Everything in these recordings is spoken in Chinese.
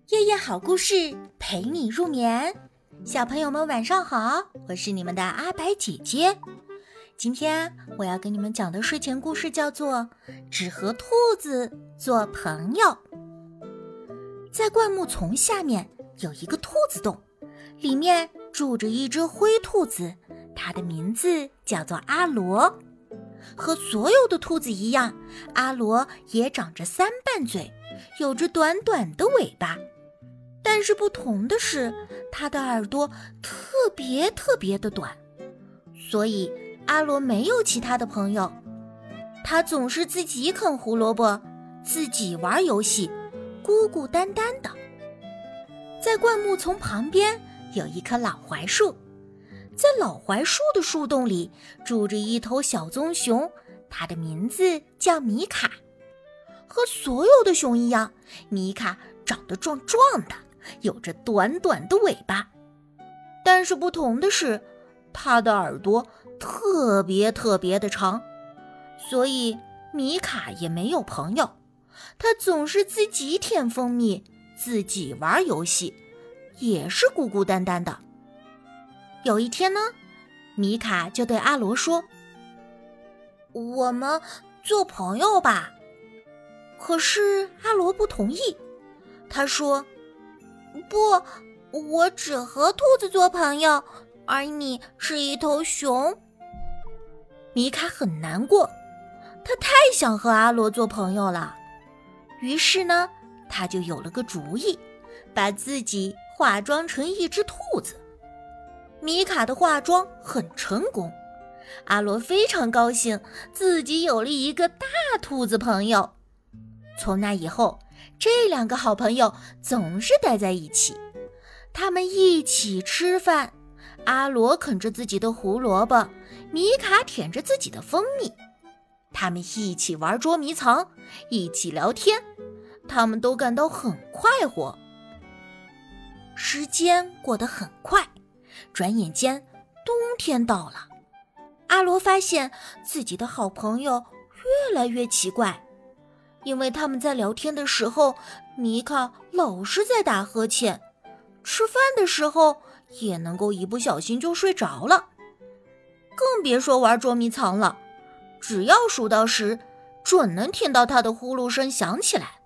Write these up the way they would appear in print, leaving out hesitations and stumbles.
夜夜好故事陪你入眠，小朋友们晚上好，我是你们的阿白姐姐。今天我要跟你们讲的睡前故事叫做只和兔子做朋友。在灌木丛下面有一个兔子洞，里面住着一只灰兔子，它的名字叫做阿罗。和所有的兔子一样，阿罗也长着三瓣嘴，有着短短的尾巴。但是不同的是，它的耳朵特别的短，所以阿罗没有其他的朋友。他总是自己啃胡萝卜，自己玩游戏，孤孤单单的。在灌木丛旁边有一棵老槐树，在老槐树的树洞里住着一头小棕熊，它的名字叫米卡。和所有的熊一样，米卡长得壮壮的，有着短短的尾巴。但是不同的是，它的耳朵特别的长，所以米卡也没有朋友。它总是自己舔蜂蜜，自己玩游戏，也是孤孤单单的。有一天呢，米卡就对阿罗说：我们做朋友吧。可是阿罗不同意，他说：不，我只和兔子做朋友，而你是一头熊。米卡很难过，他太想和阿罗做朋友了。于是呢，他就有了个主意，把自己化妆成一只兔子。米卡的化妆很成功，阿罗非常高兴，自己有了一个大兔子朋友。从那以后，这两个好朋友总是待在一起，他们一起吃饭，阿罗啃着自己的胡萝卜，米卡舔着自己的蜂蜜。他们一起玩捉迷藏，一起聊天，他们都感到很快活。时间过得很快，转眼间冬天到了。阿罗发现自己的好朋友越来越奇怪，因为他们在聊天的时候，米卡老是在打呵欠，吃饭的时候也能够一不小心就睡着了，更别说玩捉迷藏了，只要数到10，准能听到他的呼噜声响起来。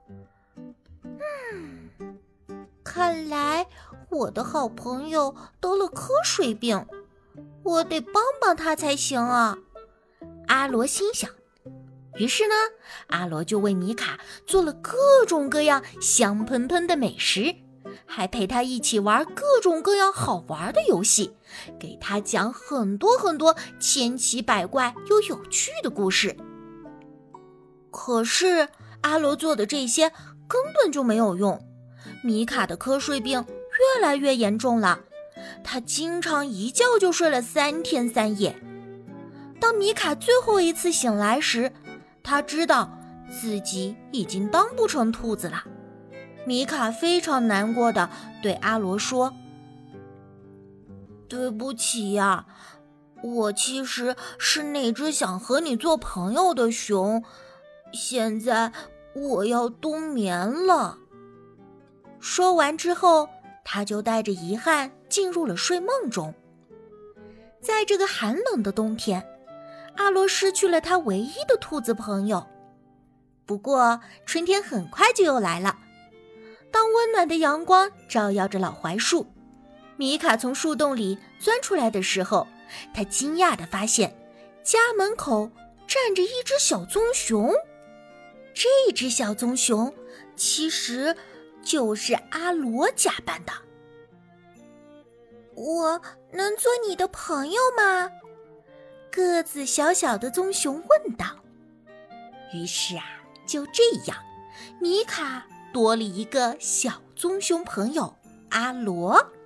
看来我的好朋友得了瞌睡病，我得帮帮他才行啊，阿罗心想。于是呢，阿罗就为米卡做了各种各样香喷喷的美食，还陪他一起玩各种各样好玩的游戏，给他讲很多千奇百怪又有趣的故事。可是阿罗做的这些根本就没有用，米卡的瞌睡病越来越严重了，他经常一觉就睡了3天3夜。当米卡最后一次醒来时，他知道自己已经当不成兔子了。米卡非常难过地对阿罗说：对不起呀，我其实是那只想和你做朋友的熊，现在我要冬眠了。说完之后，他就带着遗憾进入了睡梦中。在这个寒冷的冬天，阿罗失去了他唯一的兔子朋友。不过春天很快就又来了，当温暖的阳光照耀着老槐树，米卡从树洞里钻出来的时候，他惊讶地发现家门口站着一只小棕熊。这只小棕熊其实就是阿罗假扮的。我能做你的朋友吗？个子小小的棕熊问道。于是就这样，米卡多了一个小棕熊朋友阿罗。